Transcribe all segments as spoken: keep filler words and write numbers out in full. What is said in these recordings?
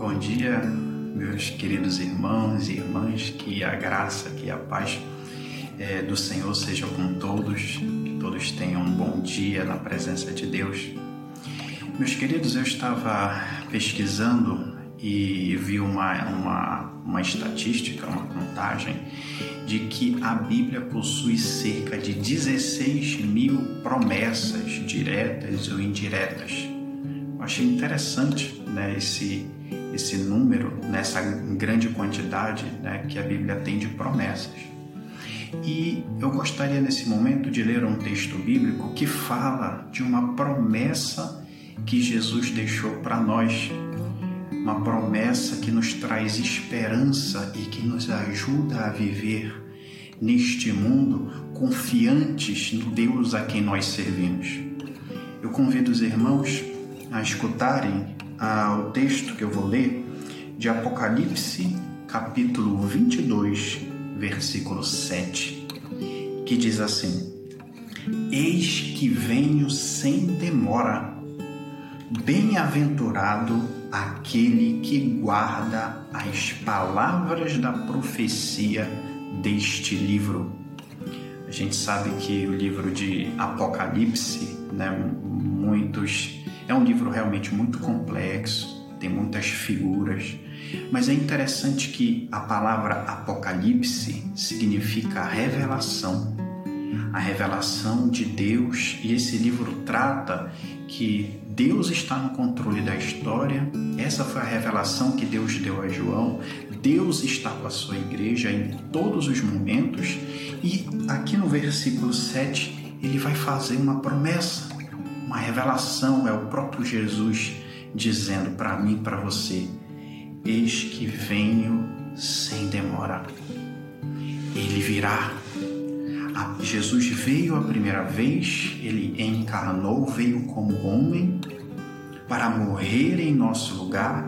Bom dia, meus queridos irmãos e irmãs, que a graça, que a paz é, do Senhor seja com todos, que todos tenham um bom dia na presença de Deus. Meus queridos, eu estava pesquisando e vi uma, uma, uma estatística, uma contagem, de que a Bíblia possui cerca de dezesseis mil promessas diretas ou indiretas. Eu achei interessante, né, esse, esse número, nessa grande quantidade, né, que a Bíblia tem de promessas. E eu gostaria nesse momento de ler um texto bíblico que fala de uma promessa que Jesus deixou para nós, uma promessa que nos traz esperança e que nos ajuda a viver neste mundo confiantes no Deus a quem nós servimos. Eu convido os irmãos a escutarem ah, o texto que eu vou ler de Apocalipse, capítulo vinte e dois, versículo sete, que diz assim: Eis que venho sem demora, bem-aventurado aquele que guarda as palavras da profecia deste livro. A gente sabe que o livro de Apocalipse, né, muitos, é um livro realmente muito complexo, tem muitas figuras, mas é interessante que a palavra Apocalipse significa revelação, a revelação de Deus, e esse livro trata que Deus está no controle da história. Essa foi a revelação que Deus deu a João. Deus está com a sua igreja em todos os momentos. E aqui no versículo sete, ele vai fazer uma promessa, uma revelação. É o próprio Jesus dizendo para mim e para você: eis que venho sem demora. Ele virá. Jesus veio a primeira vez, ele encarnou, veio como homem para morrer em nosso lugar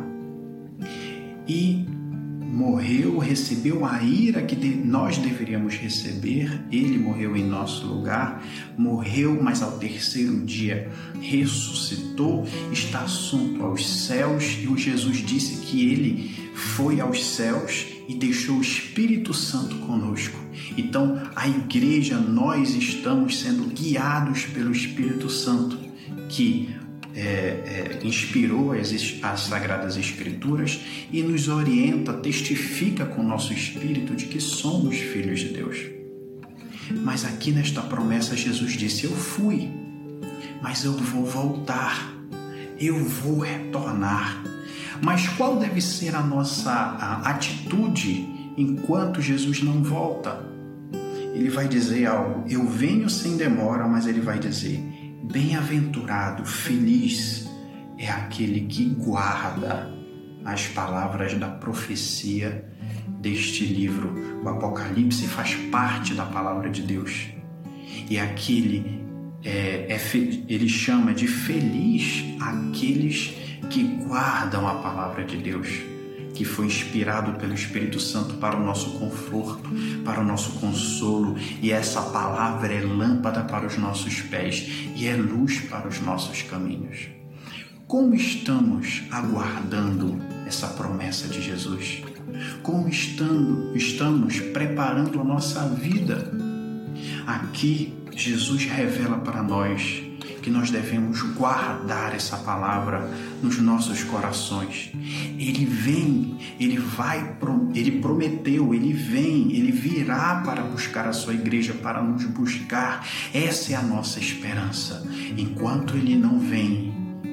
e morreu, recebeu a ira que nós deveríamos receber. Ele morreu em nosso lugar, morreu, mas ao terceiro dia ressuscitou, está assunto aos céus, e o Jesus disse que ele foi aos céus e deixou o Espírito Santo conosco. Então, a igreja, nós estamos sendo guiados pelo Espírito Santo, que é, é, inspirou as, as Sagradas Escrituras e nos orienta, testifica com o nosso espírito de que somos filhos de Deus. Mas aqui nesta promessa, Jesus disse: eu fui, mas eu vou voltar, eu vou retornar. Mas qual deve ser a nossa a atitude enquanto Jesus não volta? Ele vai dizer algo: eu venho sem demora, mas ele vai dizer: bem-aventurado, feliz é aquele que guarda as palavras da profecia deste livro. O Apocalipse faz parte da palavra de Deus. E aquele é, é, ele chama de feliz aqueles que guardam a palavra de Deus, que foi inspirado pelo Espírito Santo para o nosso conforto, para o nosso consolo. E essa palavra é lâmpada para os nossos pés e é luz para os nossos caminhos. Como estamos aguardando essa promessa de Jesus? Como estando, estamos preparando a nossa vida? Aqui, Jesus revela para nós que nós devemos guardar essa palavra nos nossos corações. Ele vem, ele vai, ele prometeu, ele vem, ele virá para buscar a sua igreja, para nos buscar. Essa é a nossa esperança. Enquanto ele não vem,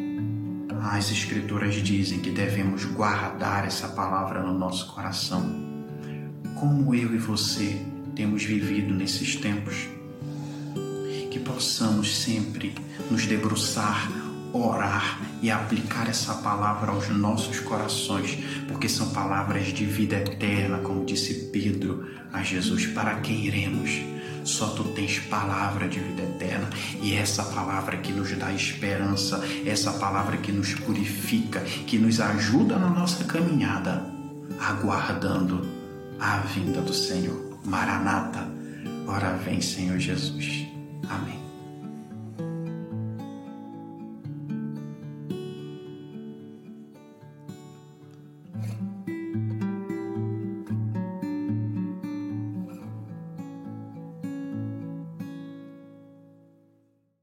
as Escrituras dizem que devemos guardar essa palavra no nosso coração. Como eu e você temos vivido nesses tempos? Que possamos sempre nos debruçar, orar e aplicar essa palavra aos nossos corações, porque são palavras de vida eterna, como disse Pedro a Jesus: para quem iremos? Só tu tens palavra de vida eterna. E essa palavra que nos dá esperança, essa palavra que nos purifica, que nos ajuda na nossa caminhada, aguardando a vinda do Senhor. Maranata, ora vem, Senhor Jesus. Amém.